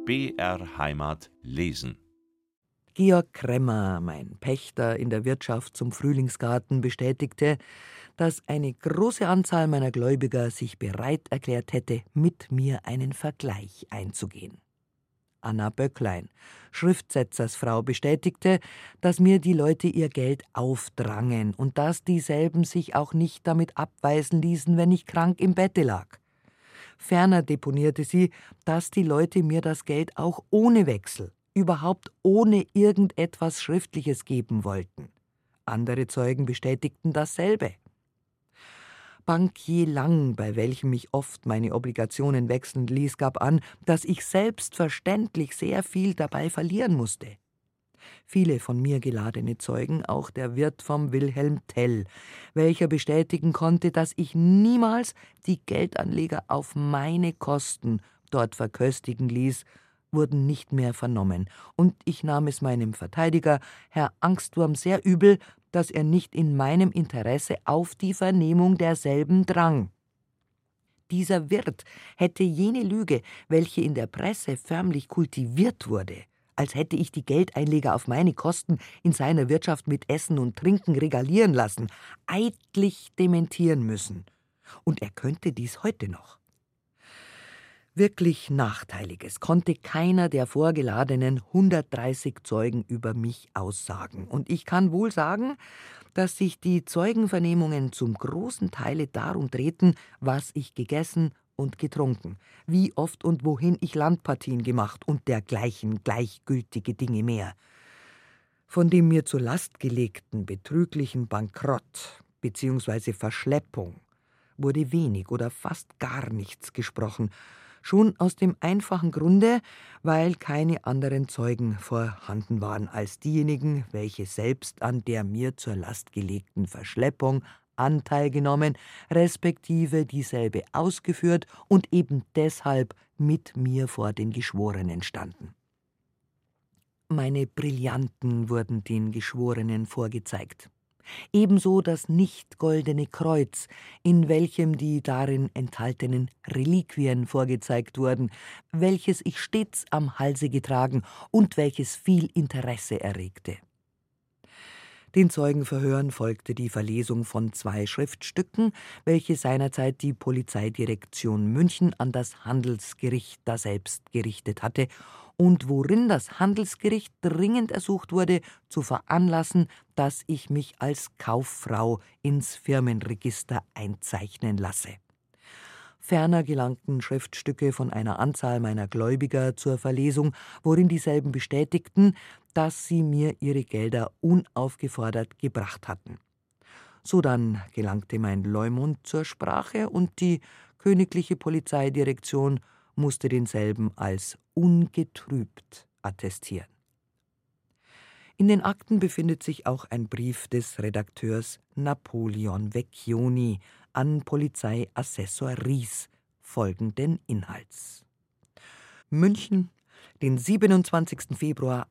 BR Heimat lesen. Georg Kremmer, mein Pächter in der Wirtschaft zum Frühlingsgarten, bestätigte, dass eine große Anzahl meiner Gläubiger sich bereit erklärt hätte, mit mir einen Vergleich einzugehen. Anna Böcklein, Schriftsetzersfrau, bestätigte, dass mir die Leute ihr Geld aufdrangen und dass dieselben sich auch nicht damit abweisen ließen, wenn ich krank im Bette lag. Ferner deponierte sie, dass die Leute mir das Geld auch ohne Wechsel, überhaupt ohne irgendetwas Schriftliches geben wollten. Andere Zeugen bestätigten dasselbe. Bankier Lang, bei welchem ich oft meine Obligationen wechseln ließ, gab an, dass ich selbstverständlich sehr viel dabei verlieren musste. Viele von mir geladene Zeugen, auch der Wirt vom Wilhelm Tell, welcher bestätigen konnte, dass ich niemals die Geldanleger auf meine Kosten dort verköstigen ließ, wurden nicht mehr vernommen, und ich nahm es meinem Verteidiger, Herr Angsturm, sehr übel, dass er nicht in meinem Interesse auf die Vernehmung derselben drang. Dieser Wirt hätte jene Lüge, welche in der Presse förmlich kultiviert wurde, als hätte ich die Geldeinleger auf meine Kosten in seiner Wirtschaft mit Essen und Trinken regalieren lassen, eidlich dementieren müssen. Und er könnte dies heute noch. Wirklich Nachteiliges konnte keiner der vorgeladenen 130 Zeugen über mich aussagen. Und ich kann wohl sagen, dass sich die Zeugenvernehmungen zum großen Teile darum drehten, was ich gegessen und getrunken, wie oft und wohin ich Landpartien gemacht und dergleichen gleichgültige Dinge mehr. Von dem mir zur Last gelegten betrüglichen Bankrott bzw. Verschleppung wurde wenig oder fast gar nichts gesprochen, schon aus dem einfachen Grunde, weil keine anderen Zeugen vorhanden waren als diejenigen, welche selbst an der mir zur Last gelegten Verschleppung Anteil genommen, respektive dieselbe ausgeführt und eben deshalb mit mir vor den Geschworenen standen. Meine Brillanten wurden den Geschworenen vorgezeigt. Ebenso das nicht goldene Kreuz, in welchem die darin enthaltenen Reliquien vorgezeigt wurden, welches ich stets am Halse getragen und welches viel Interesse erregte. Den Zeugenverhören folgte die Verlesung von 2 Schriftstücken, welche seinerzeit die Polizeidirektion München an das Handelsgericht daselbst gerichtet hatte und worin das Handelsgericht dringend ersucht wurde, zu veranlassen, dass ich mich als Kauffrau ins Firmenregister einzeichnen lasse. Ferner gelangten Schriftstücke von einer Anzahl meiner Gläubiger zur Verlesung, worin dieselben bestätigten, dass sie mir ihre Gelder unaufgefordert gebracht hatten. Sodann gelangte mein Leumund zur Sprache und die königliche Polizeidirektion musste denselben als ungetrübt attestieren. In den Akten befindet sich auch ein Brief des Redakteurs Napoleon Vecchioni an Polizeiassessor Ries folgenden Inhalts: München, den 27. Februar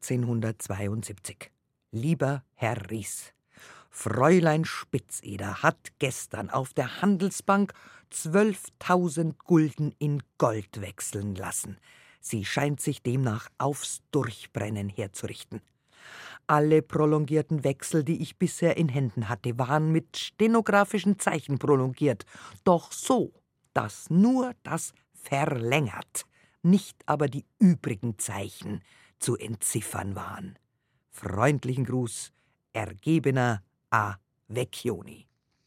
1872. Lieber Herr Ries, Fräulein Spitzeder hat gestern auf der Handelsbank 12.000 Gulden in Gold wechseln lassen. Sie scheint sich demnach aufs Durchbrennen herzurichten. Alle prolongierten Wechsel, die ich bisher in Händen hatte, waren mit stenografischen Zeichen prolongiert, doch so, dass nur das verlängert, nicht aber die übrigen Zeichen zu entziffern waren. Freundlichen Gruß, ergebener A. Vecchioni.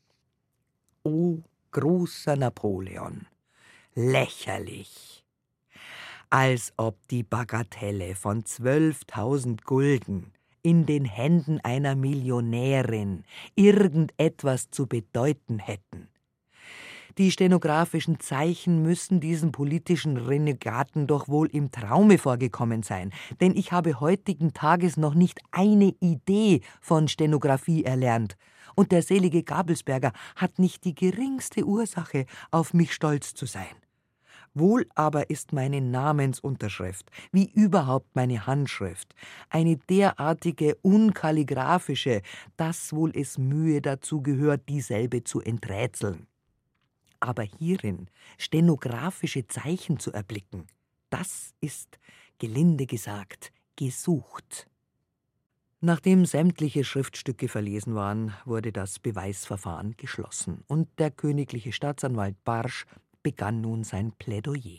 O großer Napoleon, lächerlich! Als ob die Bagatelle von 12.000 Gulden in den Händen einer Millionärin irgendetwas zu bedeuten hätten. Die stenografischen Zeichen müssen diesen politischen Renegaten doch wohl im Traume vorgekommen sein, denn ich habe heutigen Tages noch nicht eine Idee von Stenografie erlernt, und der selige Gabelsberger hat nicht die geringste Ursache, auf mich stolz zu sein. Wohl aber ist meine Namensunterschrift, wie überhaupt meine Handschrift, eine derartige unkalligraphische, dass wohl es Mühe dazu gehört, dieselbe zu enträtseln. Aber hierin stenografische Zeichen zu erblicken, das ist, gelinde gesagt, gesucht. Nachdem sämtliche Schriftstücke verlesen waren, wurde das Beweisverfahren geschlossen und der königliche Staatsanwalt Barsch begann nun sein Plädoyer.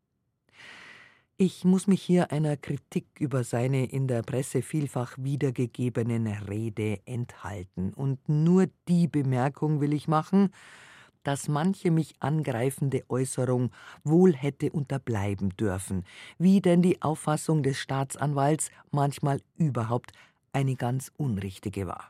Ich muss mich hier einer Kritik über seine in der Presse vielfach wiedergegebenen Rede enthalten, und nur die Bemerkung will ich machen, dass manche mich angreifende Äußerung wohl hätte unterbleiben dürfen, wie denn die Auffassung des Staatsanwalts manchmal überhaupt eine ganz unrichtige war.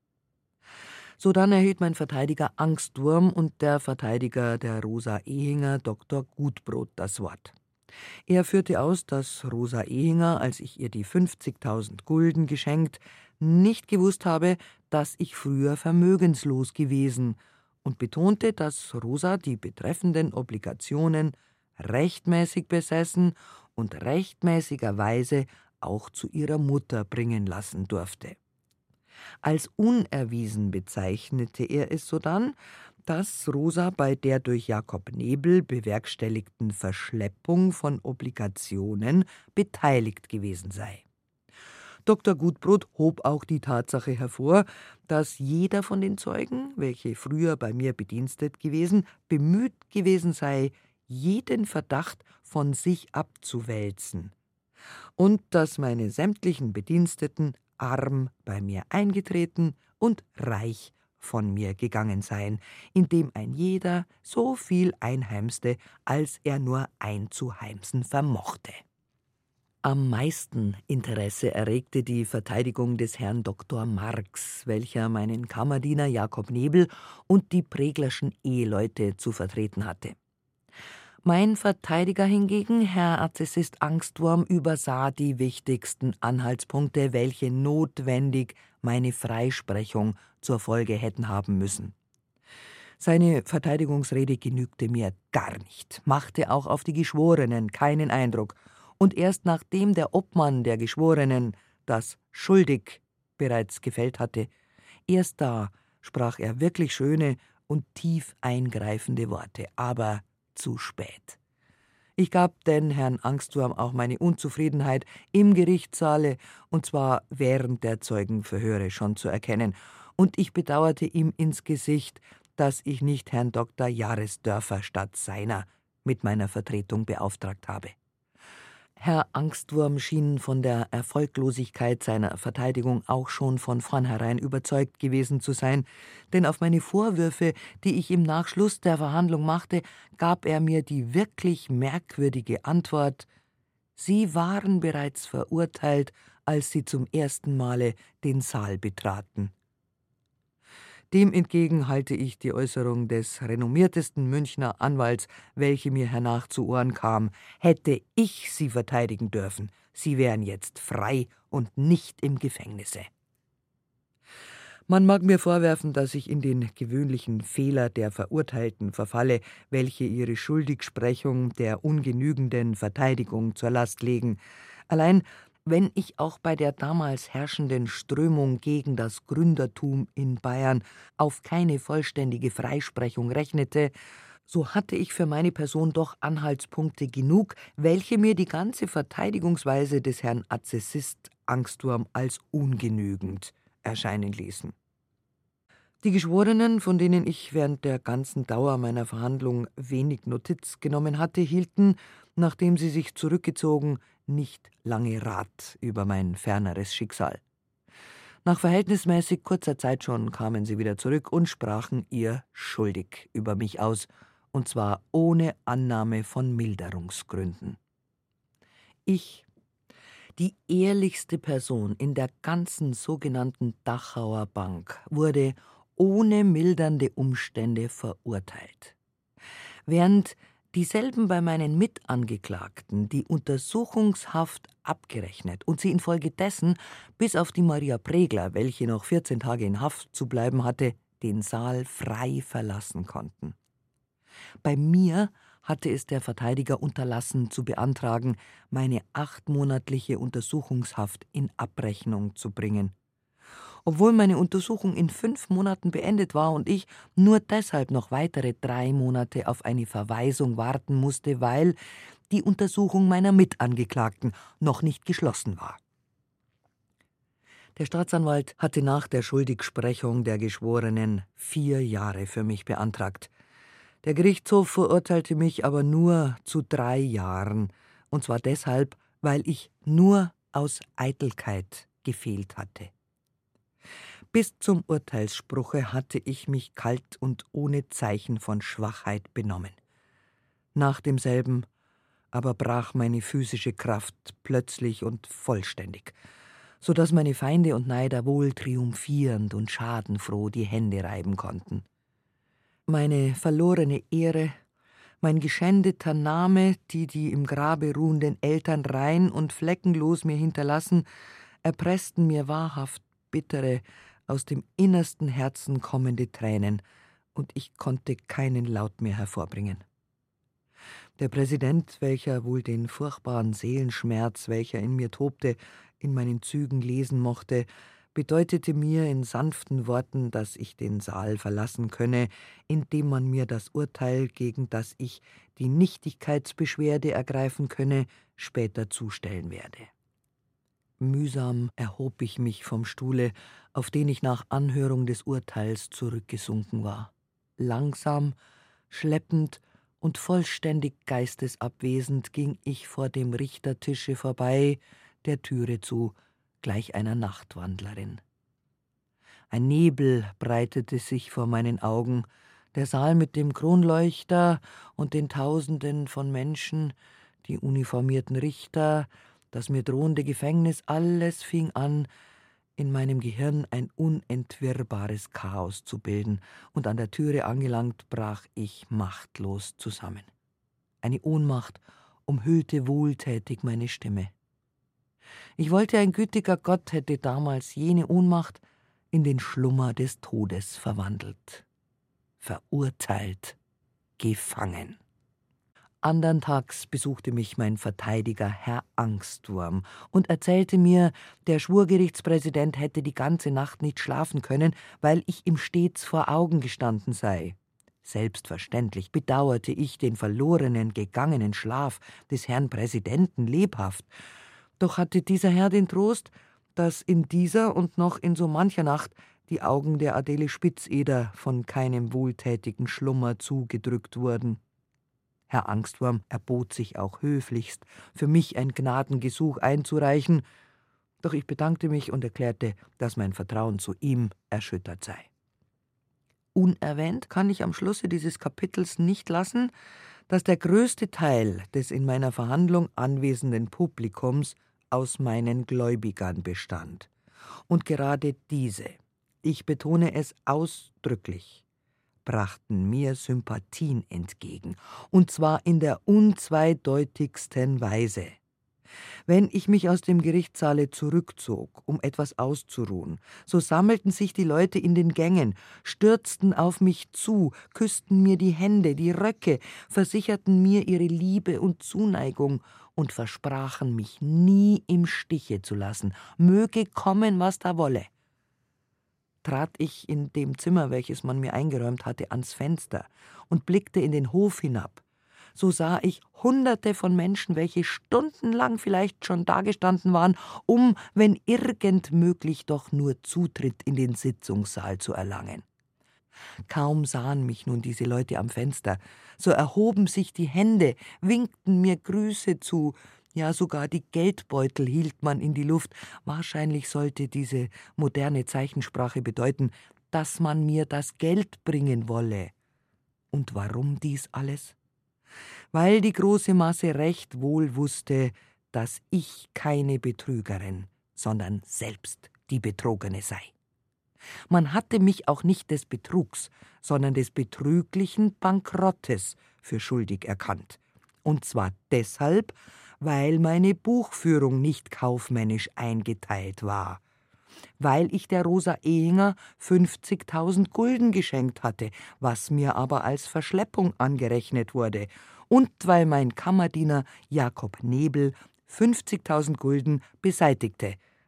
Sodann erhielt mein Verteidiger Angsturm und der Verteidiger der Rosa Ehinger, Dr. Gutbrot, das Wort. Er führte aus, dass Rosa Ehinger, als ich ihr die 50.000 Gulden geschenkt, nicht gewusst habe, dass ich früher vermögenslos gewesen, und betonte, dass Rosa die betreffenden Obligationen rechtmäßig besessen und rechtmäßigerweise auch zu ihrer Mutter bringen lassen durfte. Als unerwiesen bezeichnete er es sodann, dass Rosa bei der durch Jakob Nebel bewerkstelligten Verschleppung von Obligationen beteiligt gewesen sei. Dr. Gutbrot hob auch die Tatsache hervor, dass jeder von den Zeugen, welche früher bei mir bedienstet gewesen, bemüht gewesen sei, jeden Verdacht von sich abzuwälzen, und dass meine sämtlichen Bediensteten arm bei mir eingetreten und reich von mir gegangen seien, indem ein jeder so viel einheimste, als er nur einzuheimsen vermochte. Am meisten Interesse erregte die Verteidigung des Herrn Dr. Marx, welcher meinen Kammerdiener Jakob Nebel und die Preglerschen Eheleute zu vertreten hatte. Mein Verteidiger hingegen, Herr Arzessist Angstwurm, übersah die wichtigsten Anhaltspunkte, welche notwendig meine Freisprechung zur Folge hätten haben müssen. Seine Verteidigungsrede genügte mir gar nicht, machte auch auf die Geschworenen keinen Eindruck, und erst nachdem der Obmann der Geschworenen das schuldig bereits gefällt hatte, erst da sprach er wirklich schöne und tief eingreifende Worte, aber zu spät. Ich gab den Herrn Angsturm auch meine Unzufriedenheit im Gerichtssaale, und zwar während der Zeugenverhöre schon zu erkennen, und ich bedauerte ihm ins Gesicht, dass ich nicht Herrn Dr. Jahresdörfer statt seiner mit meiner Vertretung beauftragt habe. Herr Angstwurm schien von der Erfolglosigkeit seiner Verteidigung auch schon von vornherein überzeugt gewesen zu sein, denn auf meine Vorwürfe, die ich im Nachschluss der Verhandlung machte, gab er mir die wirklich merkwürdige Antwort: Sie waren bereits verurteilt, als Sie zum ersten Male den Saal betraten. Dem entgegen halte ich die Äußerung des renommiertesten Münchner Anwalts, welche mir hernach zu Ohren kam: Hätte ich Sie verteidigen dürfen, Sie wären jetzt frei und nicht im Gefängnisse. Man mag mir vorwerfen, dass ich in den gewöhnlichen Fehler der Verurteilten verfalle, welche ihre Schuldigsprechung der ungenügenden Verteidigung zur Last legen. Allein, wenn ich auch bei der damals herrschenden Strömung gegen das Gründertum in Bayern auf keine vollständige Freisprechung rechnete, so hatte ich für meine Person doch Anhaltspunkte genug, welche mir die ganze Verteidigungsweise des Herrn Arzessist Angsturm als ungenügend erscheinen ließen. Die Geschworenen, von denen ich während der ganzen Dauer meiner Verhandlung wenig Notiz genommen hatte, hielten, nachdem sie sich zurückgezogen, nicht lange Rat über mein ferneres Schicksal. Nach verhältnismäßig kurzer Zeit schon kamen sie wieder zurück und sprachen ihr schuldig über mich aus, und zwar ohne Annahme von Milderungsgründen. Ich, die ehrlichste Person in der ganzen sogenannten Dachauer Bank, wurde ohne mildernde Umstände verurteilt, während dieselben bei meinen Mitangeklagten die Untersuchungshaft abgerechnet und sie infolgedessen, bis auf die Maria Pregler, welche noch 14 Tage in Haft zu bleiben hatte, den Saal frei verlassen konnten. Bei mir hatte es der Verteidiger unterlassen zu beantragen, meine 8-monatliche Untersuchungshaft in Abrechnung zu bringen. obwohl meine Untersuchung in 5 Monaten beendet war und ich nur deshalb noch weitere 3 Monate auf eine Verweisung warten musste, weil die Untersuchung meiner Mitangeklagten noch nicht geschlossen war. Der Staatsanwalt hatte nach der Schuldigsprechung der Geschworenen 4 Jahre für mich beantragt. Der Gerichtshof verurteilte mich aber nur zu 3 Jahren, und zwar deshalb, weil ich nur aus Eitelkeit gefehlt hatte. Bis zum Urteilsspruche hatte ich mich kalt und ohne Zeichen von Schwachheit benommen. Nach demselben aber brach meine physische Kraft plötzlich und vollständig, so dass meine Feinde und Neider wohl triumphierend und schadenfroh die Hände reiben konnten. Meine verlorene Ehre, mein geschändeter Name, die im Grabe ruhenden Eltern rein und fleckenlos mir hinterlassen, erpressten mir wahrhaft bittere, aus dem innersten Herzen kommende Tränen, und ich konnte keinen Laut mehr hervorbringen. Der Präsident, welcher wohl den furchtbaren Seelenschmerz, welcher in mir tobte, in meinen Zügen lesen mochte, bedeutete mir in sanften Worten, dass ich den Saal verlassen könne, indem man mir das Urteil, gegen das ich die Nichtigkeitsbeschwerde ergreifen könne, später zustellen werde. Mühsam erhob ich mich vom Stuhle, auf den ich nach Anhörung des Urteils zurückgesunken war. Langsam, schleppend und vollständig geistesabwesend ging ich vor dem Richtertische vorbei, der Türe zu, gleich einer Nachtwandlerin. Ein Nebel breitete sich vor meinen Augen, der Saal mit dem Kronleuchter und den Tausenden von Menschen, die uniformierten Richter, das mir drohende Gefängnis, alles fing an, in meinem Gehirn ein unentwirrbares Chaos zu bilden, und an der Türe angelangt, brach ich machtlos zusammen. Eine Ohnmacht umhüllte wohltätig meine Stimme. Ich wollte, ein gütiger Gott hätte damals jene Ohnmacht in den Schlummer des Todes verwandelt. Verurteilt, gefangen. Andern Tags besuchte mich mein Verteidiger, Herr Angstwurm, und erzählte mir, der Schwurgerichtspräsident hätte die ganze Nacht nicht schlafen können, weil ich ihm stets vor Augen gestanden sei. Selbstverständlich bedauerte ich den verlorenen, gegangenen Schlaf des Herrn Präsidenten lebhaft. Doch hatte dieser Herr den Trost, dass in dieser und noch in so mancher Nacht die Augen der Adele Spitzeder von keinem wohltätigen Schlummer zugedrückt wurden. Herr Angstwurm erbot sich auch höflichst, für mich ein Gnadengesuch einzureichen, doch ich bedankte mich und erklärte, dass mein Vertrauen zu ihm erschüttert sei. Unerwähnt kann ich am Schlusse dieses Kapitels nicht lassen, dass der größte Teil des in meiner Verhandlung anwesenden Publikums aus meinen Gläubigern bestand. Und gerade diese, ich betone es ausdrücklich, brachten mir Sympathien entgegen, und zwar in der unzweideutigsten Weise. Wenn ich mich aus dem Gerichtssaale zurückzog, um etwas auszuruhen, so sammelten sich die Leute in den Gängen, stürzten auf mich zu, küssten mir die Hände, die Röcke, versicherten mir ihre Liebe und Zuneigung und versprachen, mich nie im Stiche zu lassen, möge kommen, was da wolle. Trat ich in dem Zimmer, welches man mir eingeräumt hatte, ans Fenster und blickte in den Hof hinab, so sah ich Hunderte von Menschen, welche stundenlang vielleicht schon dagestanden waren, um, wenn irgend möglich, doch nur Zutritt in den Sitzungssaal zu erlangen. Kaum sahen mich nun diese Leute am Fenster, so erhoben sich die Hände, winkten mir Grüße zu, ja sogar die Geldbeutel hielt man in die Luft. Wahrscheinlich sollte diese moderne Zeichensprache bedeuten, dass man mir das Geld bringen wolle. Und warum dies alles? Weil die große Masse recht wohl wusste, dass ich keine Betrügerin, sondern selbst die Betrogene sei. Man hatte mich auch nicht des Betrugs, sondern des betrüglichen Bankrottes für schuldig erkannt. Und zwar deshalb, weil meine Buchführung nicht kaufmännisch eingeteilt war. Weil ich der Rosa Ehinger 50.000 Gulden geschenkt hatte, was mir aber als Verschleppung angerechnet wurde, und weil mein Kammerdiener Jakob Nebel 50.000 Gulden beseitigte,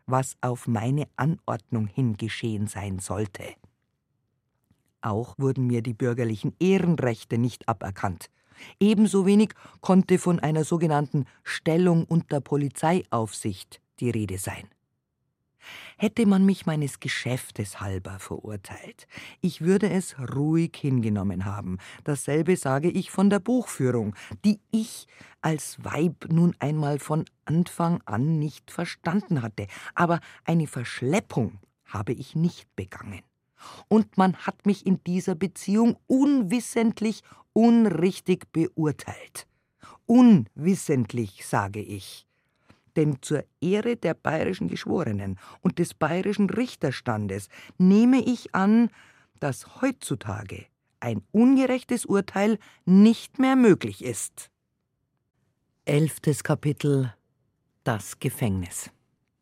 was auf meine Anordnung hin geschehen sein sollte. Auch wurden mir die bürgerlichen Ehrenrechte nicht aberkannt. Ebenso wenig konnte von einer sogenannten Stellung unter Polizeiaufsicht die Rede sein. Hätte man mich meines Geschäftes halber verurteilt, ich würde es ruhig hingenommen haben. Dasselbe sage ich von der Buchführung, die ich als Weib nun einmal von Anfang an nicht verstanden hatte. Aber eine Verschleppung habe ich nicht begangen. Und man hat mich in dieser Beziehung unwissentlich unrichtig beurteilt. Unwissentlich, sage ich. Denn zur Ehre der bayerischen Geschworenen und des bayerischen Richterstandes nehme ich an, dass heutzutage ein ungerechtes Urteil nicht mehr möglich ist. 11. Kapitel: Das Gefängnis.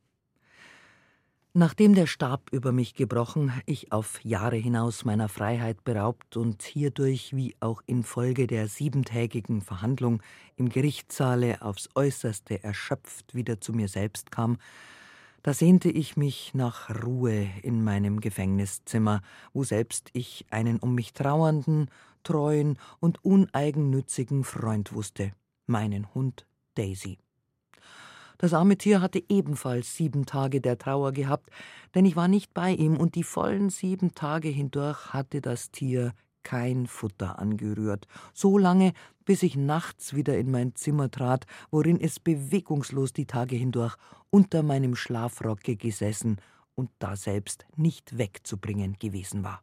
Nachdem der Stab über mich gebrochen, ich auf Jahre hinaus meiner Freiheit beraubt und hierdurch wie auch infolge der 7-tägigen Verhandlung im Gerichtssaale aufs Äußerste erschöpft wieder zu mir selbst kam, da sehnte ich mich nach Ruhe in meinem Gefängniszimmer, wo selbst ich einen um mich trauernden, treuen und uneigennützigen Freund wusste, meinen Hund Daisy. Das arme Tier hatte ebenfalls 7 Tage der Trauer gehabt, denn ich war nicht bei ihm, und die vollen 7 Tage hindurch hatte das Tier kein Futter angerührt, so lange, bis ich nachts wieder in mein Zimmer trat, worin es bewegungslos die Tage hindurch unter meinem Schlafrocke gesessen und daselbst nicht wegzubringen gewesen war.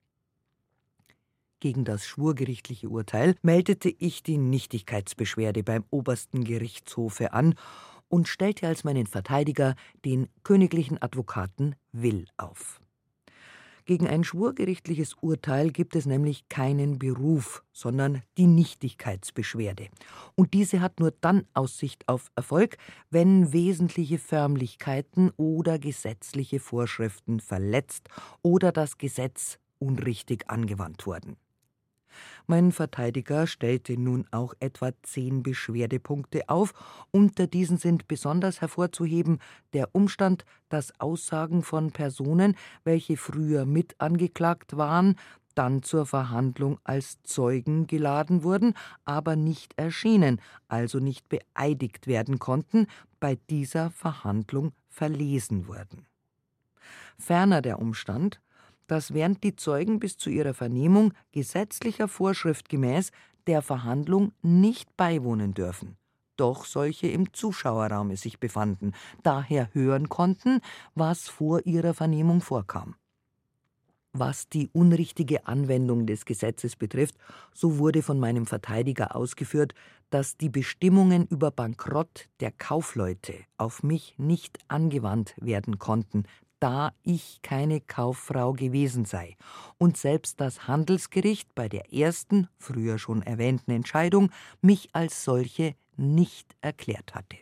Gegen das schwurgerichtliche Urteil meldete ich die Nichtigkeitsbeschwerde beim obersten Gerichtshofe an und stellte als meinen Verteidiger den königlichen Advokaten Will auf. Gegen ein schwurgerichtliches Urteil gibt es nämlich keinen Beruf, sondern die Nichtigkeitsbeschwerde. Und diese hat nur dann Aussicht auf Erfolg, wenn wesentliche Förmlichkeiten oder gesetzliche Vorschriften verletzt oder das Gesetz unrichtig angewandt wurden. Mein Verteidiger stellte nun auch etwa 10 Beschwerdepunkte auf. Unter diesen sind besonders hervorzuheben der Umstand, dass Aussagen von Personen, welche früher mit angeklagt waren, dann zur Verhandlung als Zeugen geladen wurden, aber nicht erschienen, also nicht beeidigt werden konnten, bei dieser Verhandlung verlesen wurden. Ferner der Umstand, dass während die Zeugen bis zu ihrer Vernehmung gesetzlicher Vorschrift gemäß der Verhandlung nicht beiwohnen dürfen, doch solche im Zuschauerraume sich befanden, daher hören konnten, was vor ihrer Vernehmung vorkam. Was die unrichtige Anwendung des Gesetzes betrifft, so wurde von meinem Verteidiger ausgeführt, dass die Bestimmungen über Bankrott der Kaufleute auf mich nicht angewandt werden konnten, da ich keine Kauffrau gewesen sei und selbst das Handelsgericht bei der ersten, früher schon erwähnten Entscheidung mich als solche nicht erklärt hatte.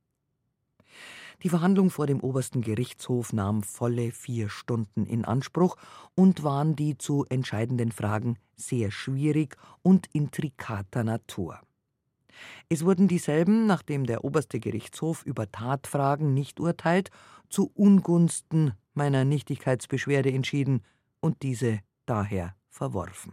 Die Verhandlung vor dem obersten Gerichtshof nahm volle 4 Stunden in Anspruch und waren die zu entscheidenden Fragen sehr schwierig und intrikater Natur. Es wurden dieselben, nachdem der oberste Gerichtshof über Tatfragen nicht urteilt, zu Ungunsten meiner Nichtigkeitsbeschwerde entschieden und diese daher verworfen.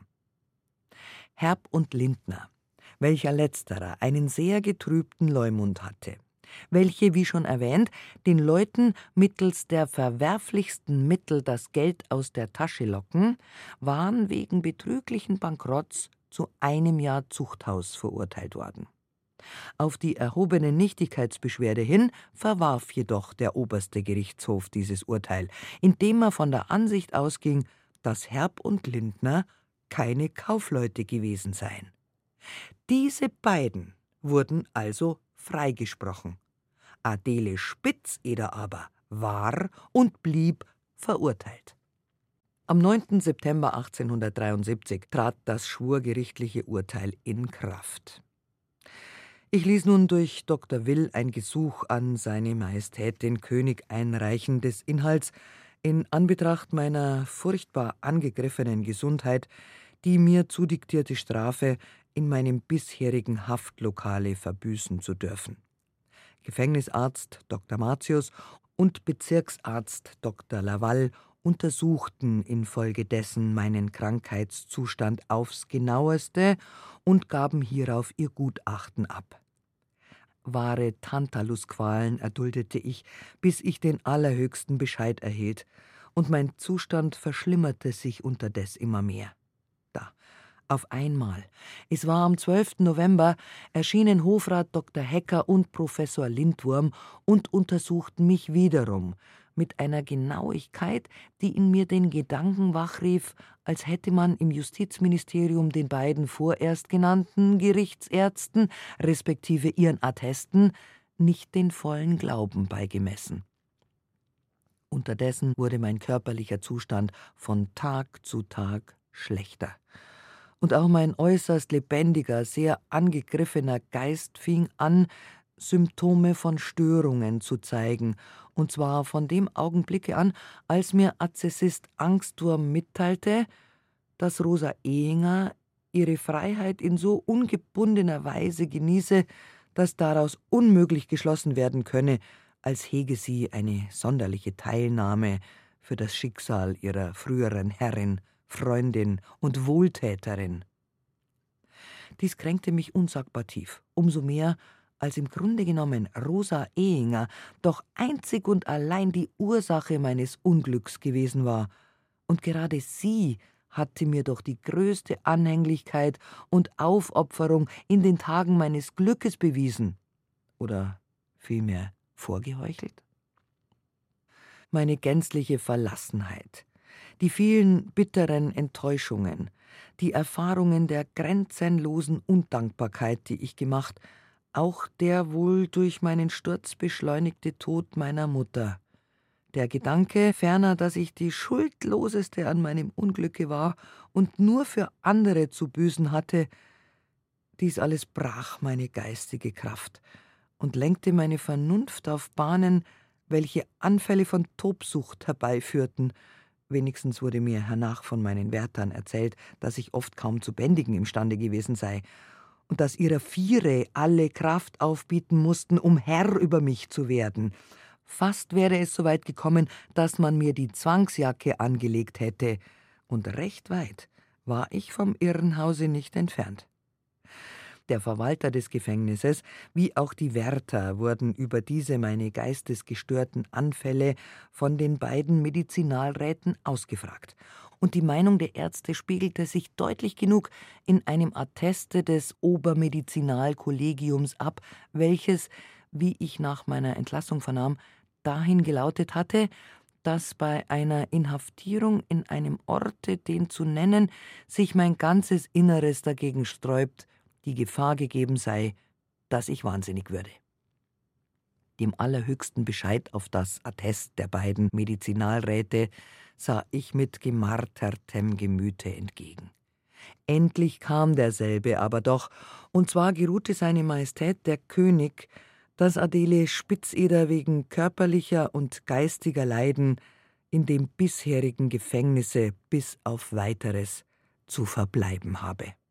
Herb und Lindner, welcher letzterer einen sehr getrübten Leumund hatte, welche, wie schon erwähnt, den Leuten mittels der verwerflichsten Mittel das Geld aus der Tasche locken, waren wegen betrüglichen Bankrotts zu 1 Jahr Zuchthaus verurteilt worden. Auf die erhobene Nichtigkeitsbeschwerde hin verwarf jedoch der oberste Gerichtshof dieses Urteil, indem er von der Ansicht ausging, dass Herb und Lindner keine Kaufleute gewesen seien. Diese beiden wurden also freigesprochen. Adele Spitzeder aber war und blieb verurteilt. Am 9. September 1873 trat das schwurgerichtliche Urteil in Kraft. Ich ließ nun durch Dr. Will ein Gesuch an seine Majestät den König einreichen, des Inhalts in Anbetracht meiner furchtbar angegriffenen Gesundheit die mir zudiktierte Strafe in meinem bisherigen Haftlokale verbüßen zu dürfen. Gefängnisarzt Dr. Martius und Bezirksarzt Dr. Laval untersuchten infolgedessen meinen Krankheitszustand aufs genaueste und gaben hierauf ihr Gutachten ab. Wahre Tantalusqualen erduldete ich, bis ich den allerhöchsten Bescheid erhielt, und mein Zustand verschlimmerte sich unterdes immer mehr. Da, auf einmal, es war am 12. November, erschienen Hofrat Dr. Hecker und Professor Lindwurm und untersuchten mich wiederum, mit einer Genauigkeit, die in mir den Gedanken wachrief, als hätte man im Justizministerium den beiden vorerst genannten Gerichtsärzten, respektive ihren Attesten, nicht den vollen Glauben beigemessen. Unterdessen wurde mein körperlicher Zustand von Tag zu Tag schlechter. Und auch mein äußerst lebendiger, sehr angegriffener Geist fing an, Symptome von Störungen zu zeigen, und zwar von dem Augenblicke an, als mir Akzessist Angsturm mitteilte, dass Rosa Ehinger ihre Freiheit in so ungebundener Weise genieße, dass daraus unmöglich geschlossen werden könne, als hege sie eine sonderliche Teilnahme für das Schicksal ihrer früheren Herrin, Freundin und Wohltäterin. Dies kränkte mich unsagbar tief, umso mehr, als im Grunde genommen Rosa Ehinger doch einzig und allein die Ursache meines Unglücks gewesen war, und gerade sie hatte mir doch die größte Anhänglichkeit und Aufopferung in den Tagen meines Glückes bewiesen, oder vielmehr vorgeheuchelt. Meine gänzliche Verlassenheit, die vielen bitteren Enttäuschungen, die Erfahrungen der grenzenlosen Undankbarkeit, die ich gemacht, auch der wohl durch meinen Sturz beschleunigte Tod meiner Mutter, der Gedanke ferner, dass ich die Schuldloseste an meinem Unglücke war und nur für andere zu büßen hatte, dies alles brach meine geistige Kraft und lenkte meine Vernunft auf Bahnen, welche Anfälle von Tobsucht herbeiführten. Wenigstens wurde mir hernach von meinen Wärtern erzählt, dass ich oft kaum zu bändigen imstande gewesen sei und dass ihrer Viere alle Kraft aufbieten mussten, um Herr über mich zu werden. Fast wäre es so weit gekommen, dass man mir die Zwangsjacke angelegt hätte, und recht weit war ich vom Irrenhause nicht entfernt. Der Verwalter des Gefängnisses, wie auch die Wärter, wurden über diese meine geistesgestörten Anfälle von den beiden Medizinalräten ausgefragt. Und die Meinung der Ärzte spiegelte sich deutlich genug in einem Atteste des Obermedizinalkollegiums ab, welches, wie ich nach meiner Entlassung vernahm, dahin gelautet hatte, dass bei einer Inhaftierung in einem Orte, den zu nennen, sich mein ganzes Inneres dagegen sträubt, die Gefahr gegeben sei, dass ich wahnsinnig würde. Dem allerhöchsten Bescheid auf das Attest der beiden Medizinalräte sah ich mit gemartertem Gemüte entgegen. Endlich kam derselbe aber doch, und zwar geruhte seine Majestät der König, dass Adele Spitzeder wegen körperlicher und geistiger Leiden in dem bisherigen Gefängnisse bis auf Weiteres zu verbleiben habe.